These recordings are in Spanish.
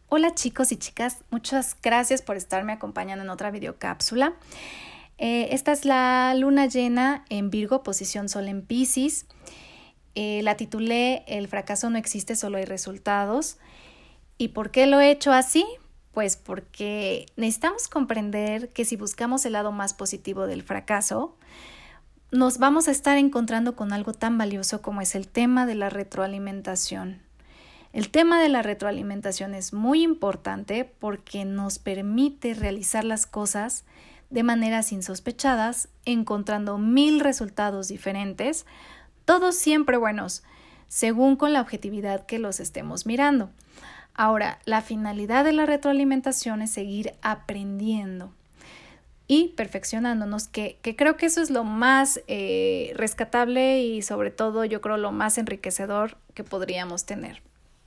Hola chicos y chicas, muchas gracias por estarme acompañando en otra videocápsula. Esta es la luna llena en Virgo, posición Sol en Piscis. La titulé El fracaso no existe, solo hay resultados. ¿Y por qué lo he hecho así? Pues porque necesitamos comprender que si buscamos el lado más positivo del fracaso, nos vamos a estar encontrando con algo tan valioso como es el tema de la retroalimentación. El tema de la retroalimentación es muy importante porque nos permite realizar las cosas de maneras insospechadas, encontrando 1000 resultados diferentes, todos siempre buenos, según con la objetividad que los estemos mirando. Ahora, la finalidad de la retroalimentación es seguir aprendiendo y perfeccionándonos, que creo que eso es lo más rescatable y sobre todo yo creo lo más enriquecedor que podríamos tener.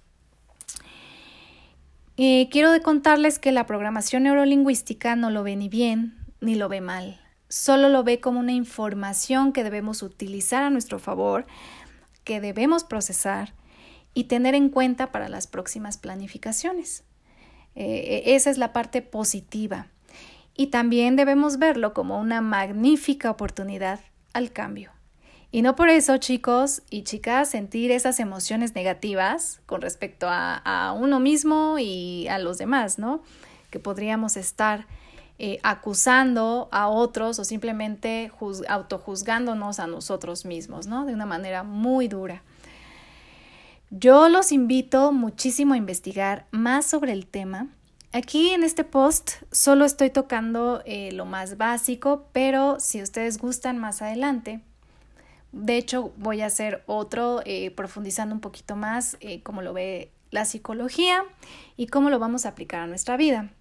Quiero contarles que la programación neurolingüística no lo ve ni bien ni lo ve mal, solo lo ve como una información que debemos utilizar a nuestro favor, que debemos procesar y tener en cuenta para las próximas planificaciones. Esa es la parte positiva y también debemos verlo como una magnífica oportunidad al cambio. Y no por eso, chicos y chicas, sentir esas emociones negativas con respecto a uno mismo y a los demás, ¿no? Que podríamos estar acusando a otros o simplemente autojuzgándonos a nosotros mismos, ¿no? De una manera muy dura. Yo los invito muchísimo a investigar más sobre el tema. Aquí en este post solo estoy tocando lo más básico, pero si ustedes gustan más adelante, de hecho, voy a hacer otro profundizando un poquito más cómo lo ve la psicología y cómo lo vamos a aplicar a nuestra vida.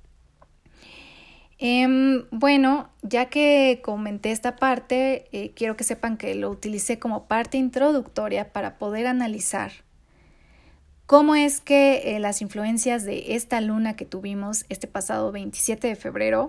Bueno, ya que comenté esta parte, quiero que sepan que lo utilicé como parte introductoria para poder analizar cómo es que las influencias de esta luna que tuvimos este pasado 27 de febrero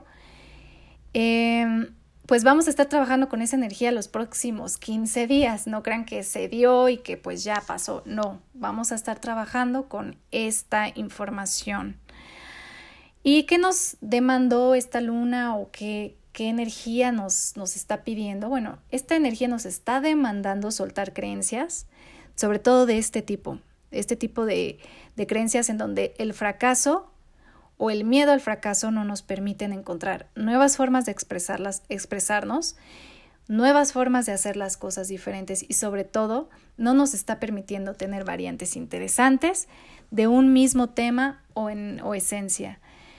pues vamos a estar trabajando con esa energía los próximos 15 días. No crean que se dio y que pues ya pasó. No, vamos a estar trabajando con esta información. ¿Y qué nos demandó esta luna o qué energía nos está pidiendo? Bueno, esta energía nos está demandando soltar creencias, sobre todo de este tipo de creencias en donde el fracaso o el miedo al fracaso no nos permiten encontrar nuevas formas de expresarnos, nuevas formas de hacer las cosas diferentes y sobre todo no nos está permitiendo tener variantes interesantes de un mismo tema o esencia.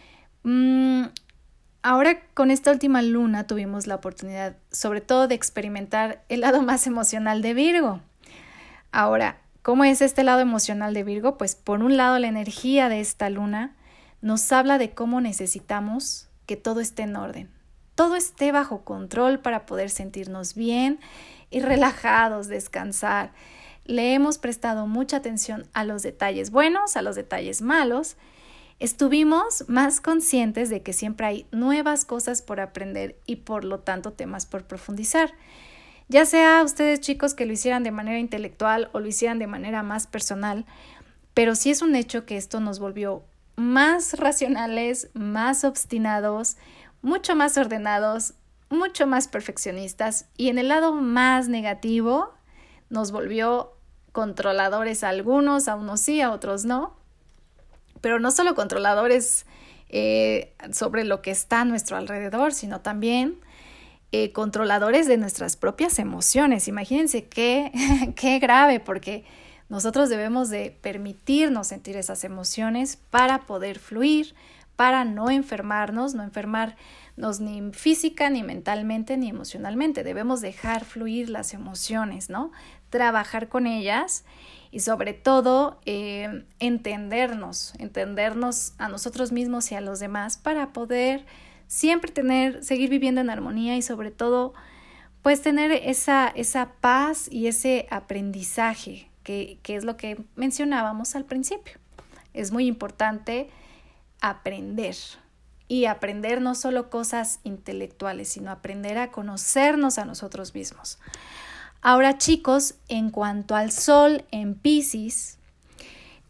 Ahora con esta última luna tuvimos la oportunidad sobre todo de experimentar el lado más emocional de Virgo. Ahora, ¿cómo es este lado emocional de Virgo? Pues por un lado la energía de esta luna nos habla de cómo necesitamos que todo esté en orden, todo esté bajo control para poder sentirnos bien y relajados, descansar. Le hemos prestado mucha atención a los detalles buenos, a los detalles malos. Estuvimos más conscientes de que siempre hay nuevas cosas por aprender y por lo tanto temas por profundizar. Ya sea ustedes chicos que lo hicieran de manera intelectual o lo hicieran de manera más personal, pero sí es un hecho que esto nos volvió más racionales, más obstinados, mucho más ordenados, mucho más perfeccionistas y en el lado más negativo nos volvió controladores a algunos, a unos sí, a otros no, pero no solo controladores sobre lo que está a nuestro alrededor, sino también controladores de nuestras propias emociones. Imagínense qué grave, porque nosotros debemos de permitirnos sentir esas emociones para poder fluir, para no enfermarnos ni física, ni mentalmente, ni emocionalmente. Debemos dejar fluir las emociones, ¿no? Trabajar con ellas y sobre todo entendernos a nosotros mismos y a los demás para poder siempre seguir viviendo en armonía y sobre todo pues tener esa paz y ese aprendizaje que es lo que mencionábamos al principio. Es muy importante aprender y aprender no solo cosas intelectuales, sino aprender a conocernos a nosotros mismos. Ahora chicos, en cuanto al Sol en Piscis,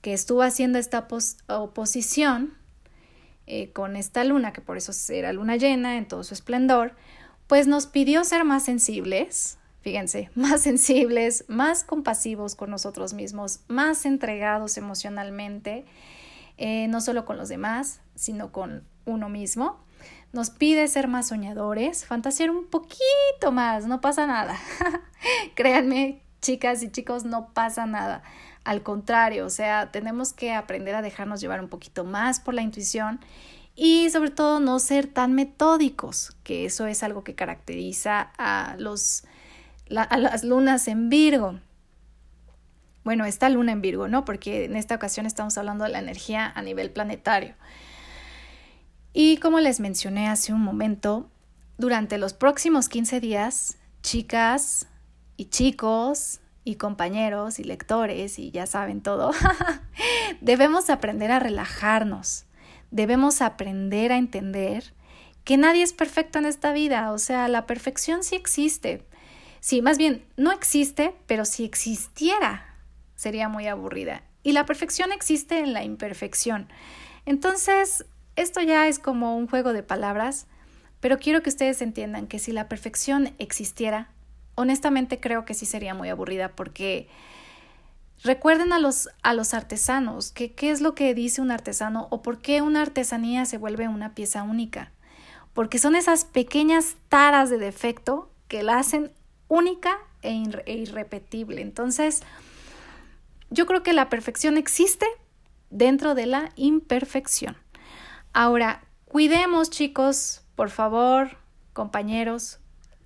que estuvo haciendo esta oposición con esta luna, que por eso era luna llena en todo su esplendor, pues nos pidió ser más sensibles, fíjense, más sensibles, más compasivos con nosotros mismos, más entregados emocionalmente, no solo con los demás, sino con uno mismo. Nos pide ser más soñadores, fantasear un poquito más, no pasa nada. Créanme, chicas y chicos, no pasa nada. Al contrario, o sea, tenemos que aprender a dejarnos llevar un poquito más por la intuición y sobre todo no ser tan metódicos, que eso es algo que caracteriza a las lunas en Virgo. Bueno, esta luna en Virgo, ¿no? Porque en esta ocasión estamos hablando de la energía a nivel planetario. Y como les mencioné hace un momento, durante los próximos 15 días, chicas y chicos y compañeros y lectores y ya saben todo, debemos aprender a relajarnos, debemos aprender a entender que nadie es perfecto en esta vida, o sea, la perfección sí existe. Sí, más bien, no existe, pero si existiera, sería muy aburrida. Y la perfección existe en la imperfección. Entonces, esto ya es como un juego de palabras, pero quiero que ustedes entiendan que si la perfección existiera, honestamente creo que sí sería muy aburrida, porque recuerden a los artesanos, ¿qué es lo que dice un artesano o por qué una artesanía se vuelve una pieza única? Porque son esas pequeñas taras de defecto que la hacen única e irrepetible. Entonces, yo creo que la perfección existe dentro de la imperfección. Ahora, cuidemos, chicos, por favor, compañeros,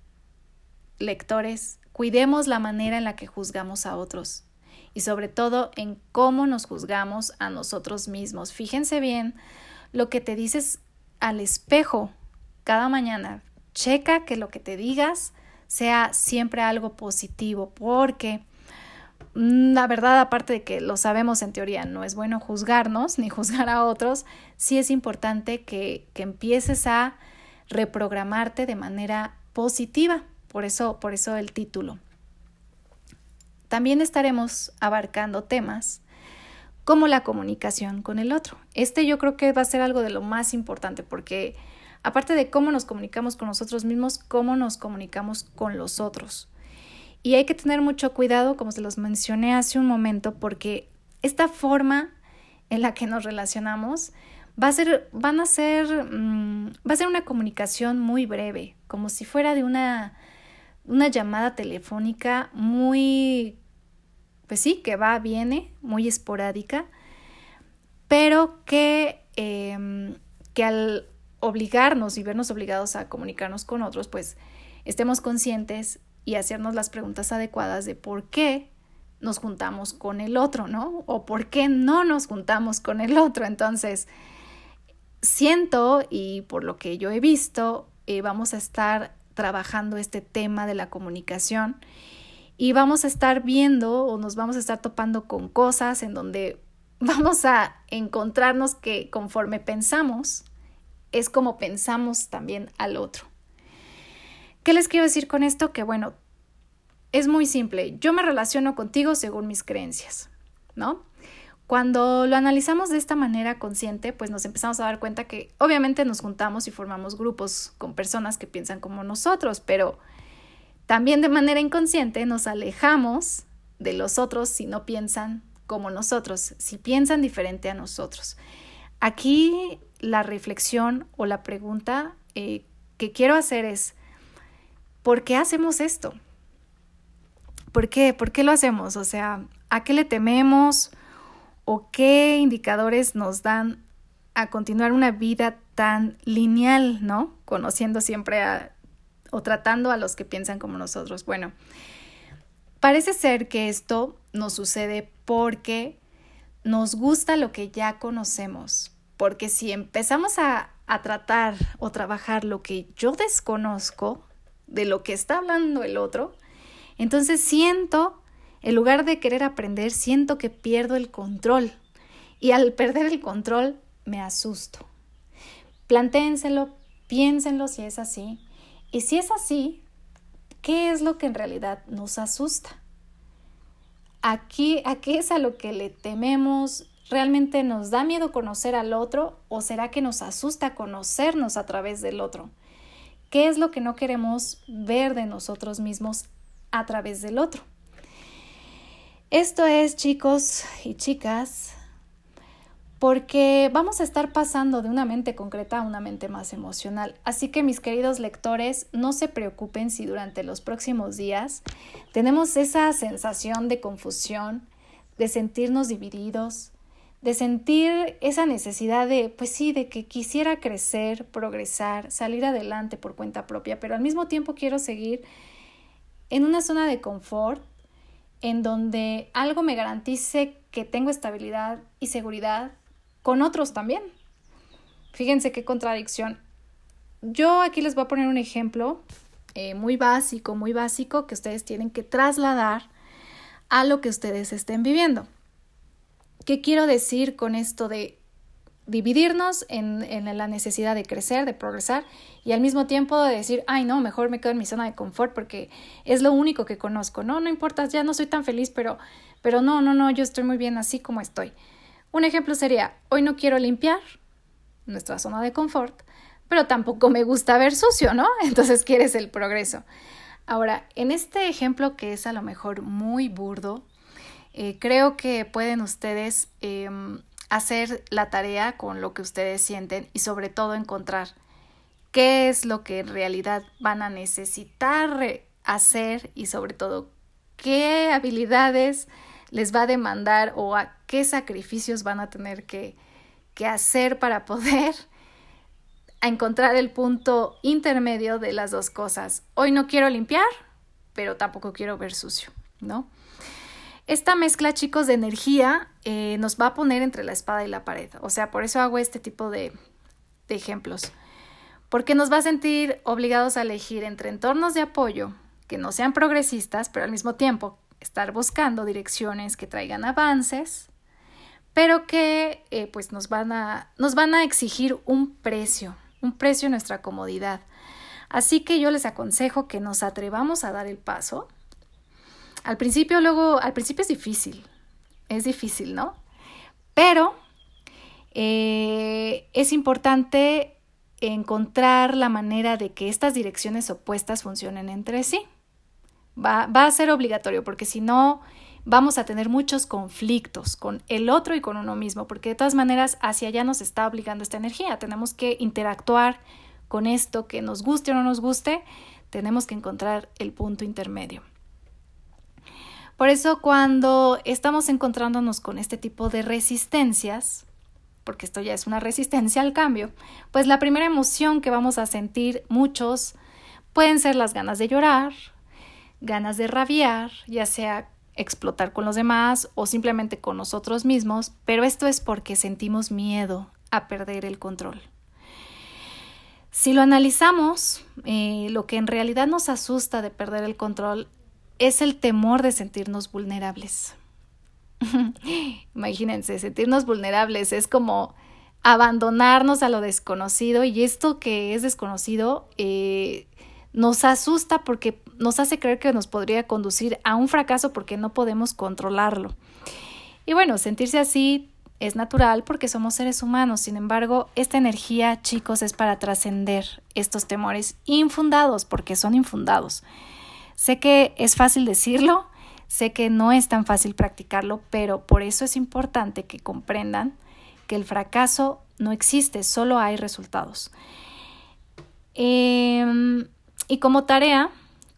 lectores, cuidemos la manera en la que juzgamos a otros y sobre todo en cómo nos juzgamos a nosotros mismos. Fíjense bien lo que te dices al espejo cada mañana. Checa que lo que te digas sea siempre algo positivo, porque la verdad, aparte de que lo sabemos en teoría, no es bueno juzgarnos ni juzgar a otros, sí es importante que empieces a reprogramarte de manera positiva, por eso el título. También estaremos abarcando temas como la comunicación con el otro. Yo creo que va a ser algo de lo más importante, porque aparte de cómo nos comunicamos con nosotros mismos, cómo nos comunicamos con los otros. Y hay que tener mucho cuidado, como se los mencioné hace un momento, porque esta forma en la que nos relacionamos va a ser una comunicación muy breve, como si fuera de una llamada telefónica muy, pues sí, que va, viene, muy esporádica, pero que al obligarnos y vernos obligados a comunicarnos con otros, pues estemos conscientes y hacernos las preguntas adecuadas de por qué nos juntamos con el otro, ¿no? O por qué no nos juntamos con el otro. Entonces, siento, y por lo que yo he visto, vamos a estar trabajando este tema de la comunicación y vamos a estar viendo o nos vamos a estar topando con cosas en donde vamos a encontrarnos que conforme pensamos, es como pensamos también al otro. ¿Qué les quiero decir con esto? Que bueno, es muy simple. Yo me relaciono contigo según mis creencias, ¿no? Cuando lo analizamos de esta manera consciente, pues nos empezamos a dar cuenta que obviamente nos juntamos y formamos grupos con personas que piensan como nosotros, pero también de manera inconsciente nos alejamos de los otros si no piensan como nosotros, si piensan diferente a nosotros. Aquí la reflexión o la pregunta que quiero hacer es, ¿por qué hacemos esto? ¿Por qué? ¿Por qué lo hacemos? O sea, ¿a qué le tememos? ¿O qué indicadores nos dan a continuar una vida tan lineal, ¿no? Conociendo siempre o tratando a los que piensan como nosotros. Bueno, parece ser que esto nos sucede porque nos gusta lo que ya conocemos. Porque si empezamos a tratar o trabajar lo que yo desconozco, de lo que está hablando el otro, entonces en lugar de querer aprender, siento que pierdo el control. Y al perder el control, me asusto. Plantéenselo, piénsenlo si es así. Y si es así, ¿qué es lo que en realidad nos asusta? ¿A qué es a lo que le tememos ¿Realmente nos da miedo conocer al otro o será que nos asusta conocernos a través del otro? ¿Qué es lo que no queremos ver de nosotros mismos a través del otro? Esto es, chicos y chicas, porque vamos a estar pasando de una mente concreta a una mente más emocional. Así que, mis queridos lectores, no se preocupen si durante los próximos días tenemos esa sensación de confusión, de sentirnos divididos, de sentir esa necesidad de que quisiera crecer, progresar, salir adelante por cuenta propia, pero al mismo tiempo quiero seguir en una zona de confort en donde algo me garantice que tengo estabilidad y seguridad con otros también. Fíjense qué contradicción. Yo aquí les voy a poner un ejemplo muy básico que ustedes tienen que trasladar a lo que ustedes estén viviendo. ¿Qué quiero decir con esto de dividirnos en la necesidad de crecer, de progresar y al mismo tiempo de decir, ay no, mejor me quedo en mi zona de confort porque es lo único que conozco, no importa, ya no soy tan feliz, pero no, yo estoy muy bien así como estoy. Un ejemplo sería, hoy no quiero limpiar nuestra zona de confort, pero tampoco me gusta ver sucio, ¿no? Entonces quieres el progreso. Ahora, en este ejemplo que es a lo mejor muy burdo, creo que pueden ustedes hacer la tarea con lo que ustedes sienten y sobre todo encontrar qué es lo que en realidad van a necesitar hacer y sobre todo qué habilidades les va a demandar o a qué sacrificios van a tener que hacer para poder encontrar el punto intermedio de las dos cosas. Hoy no quiero limpiar, pero tampoco quiero ver sucio, ¿no? Esta mezcla, chicos, de energía nos va a poner entre la espada y la pared. O sea, por eso hago este tipo de ejemplos. Porque nos va a sentir obligados a elegir entre entornos de apoyo que no sean progresistas, pero al mismo tiempo estar buscando direcciones que traigan avances, pero que nos van a exigir un precio en nuestra comodidad. Así que yo les aconsejo que nos atrevamos a dar el paso. Al principio es difícil, ¿no? Pero es importante encontrar la manera de que estas direcciones opuestas funcionen entre sí. Va a ser obligatorio porque si no vamos a tener muchos conflictos con el otro y con uno mismo, porque de todas maneras hacia allá nos está obligando esta energía. Tenemos que interactuar con esto, que nos guste o no nos guste, tenemos que encontrar el punto intermedio. Por eso cuando estamos encontrándonos con este tipo de resistencias, porque esto ya es una resistencia al cambio, pues la primera emoción que vamos a sentir muchos pueden ser las ganas de llorar, ganas de rabiar, ya sea explotar con los demás o simplemente con nosotros mismos, pero esto es porque sentimos miedo a perder el control. Si lo analizamos, lo que en realidad nos asusta de perder el control es el temor de sentirnos vulnerables. Imagínense, sentirnos vulnerables es como abandonarnos a lo desconocido y esto que es desconocido nos asusta porque nos hace creer que nos podría conducir a un fracaso porque no podemos controlarlo. Y bueno, sentirse así es natural porque somos seres humanos. Sin embargo, esta energía, chicos, es para trascender estos temores infundados porque son infundados. Sé que es fácil decirlo, sé que no es tan fácil practicarlo, pero por eso es importante que comprendan que el fracaso no existe, solo hay resultados. Y como tarea,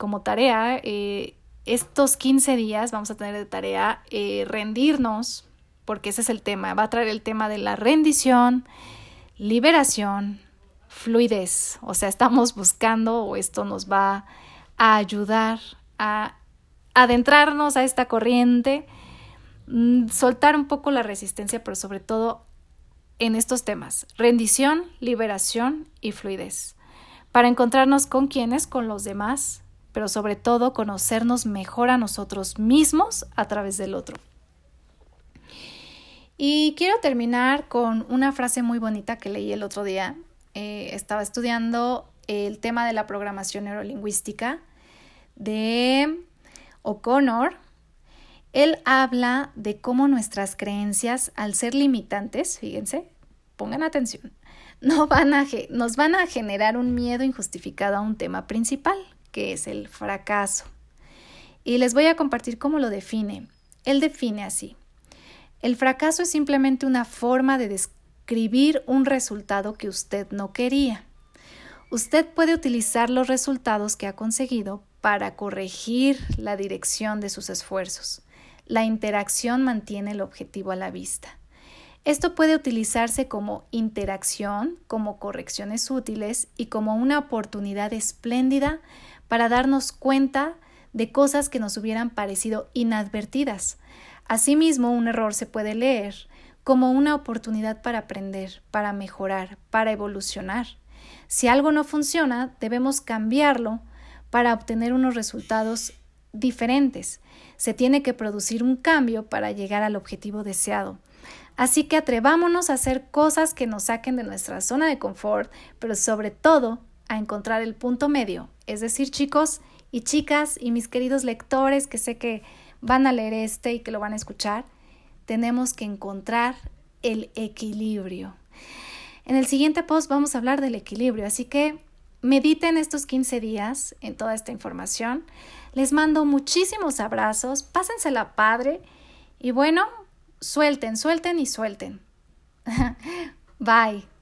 estos 15 días vamos a tener de tarea rendirnos, porque ese es el tema, va a traer el tema de la rendición, liberación, fluidez. O sea, estamos buscando o esto nos va a ayudar a adentrarnos a esta corriente, soltar un poco la resistencia, pero sobre todo en estos temas, rendición, liberación y fluidez, para encontrarnos con quienes, con los demás, pero sobre todo conocernos mejor a nosotros mismos a través del otro. Y quiero terminar con una frase muy bonita que leí el otro día. Estaba estudiando el tema de la programación neurolingüística de O'Connor Él habla de cómo nuestras creencias, al ser limitantes, fíjense, pongan atención, nos van a generar un miedo injustificado a un tema principal, que es el fracaso. Y les voy a compartir cómo lo define. Él define así: el fracaso es simplemente una forma de describir un resultado que usted no quería. Usted puede utilizar los resultados que ha conseguido para corregir la dirección de sus esfuerzos. La interacción mantiene el objetivo a la vista. Esto puede utilizarse como interacción, como correcciones útiles y como una oportunidad espléndida para darnos cuenta de cosas que nos hubieran parecido inadvertidas. Asimismo, un error se puede leer como una oportunidad para aprender, para mejorar, para evolucionar. Si algo no funciona, debemos cambiarlo para obtener unos resultados diferentes. Se tiene que producir un cambio para llegar al objetivo deseado. Así que atrevámonos a hacer cosas que nos saquen de nuestra zona de confort, pero sobre todo a encontrar el punto medio. Es decir, chicos y chicas y mis queridos lectores que sé que van a leer y que lo van a escuchar, tenemos que encontrar el equilibrio. En el siguiente post vamos a hablar del equilibrio, así que mediten estos 15 días en toda esta información. Les mando muchísimos abrazos, pásensela padre y bueno, suelten y suelten. Bye.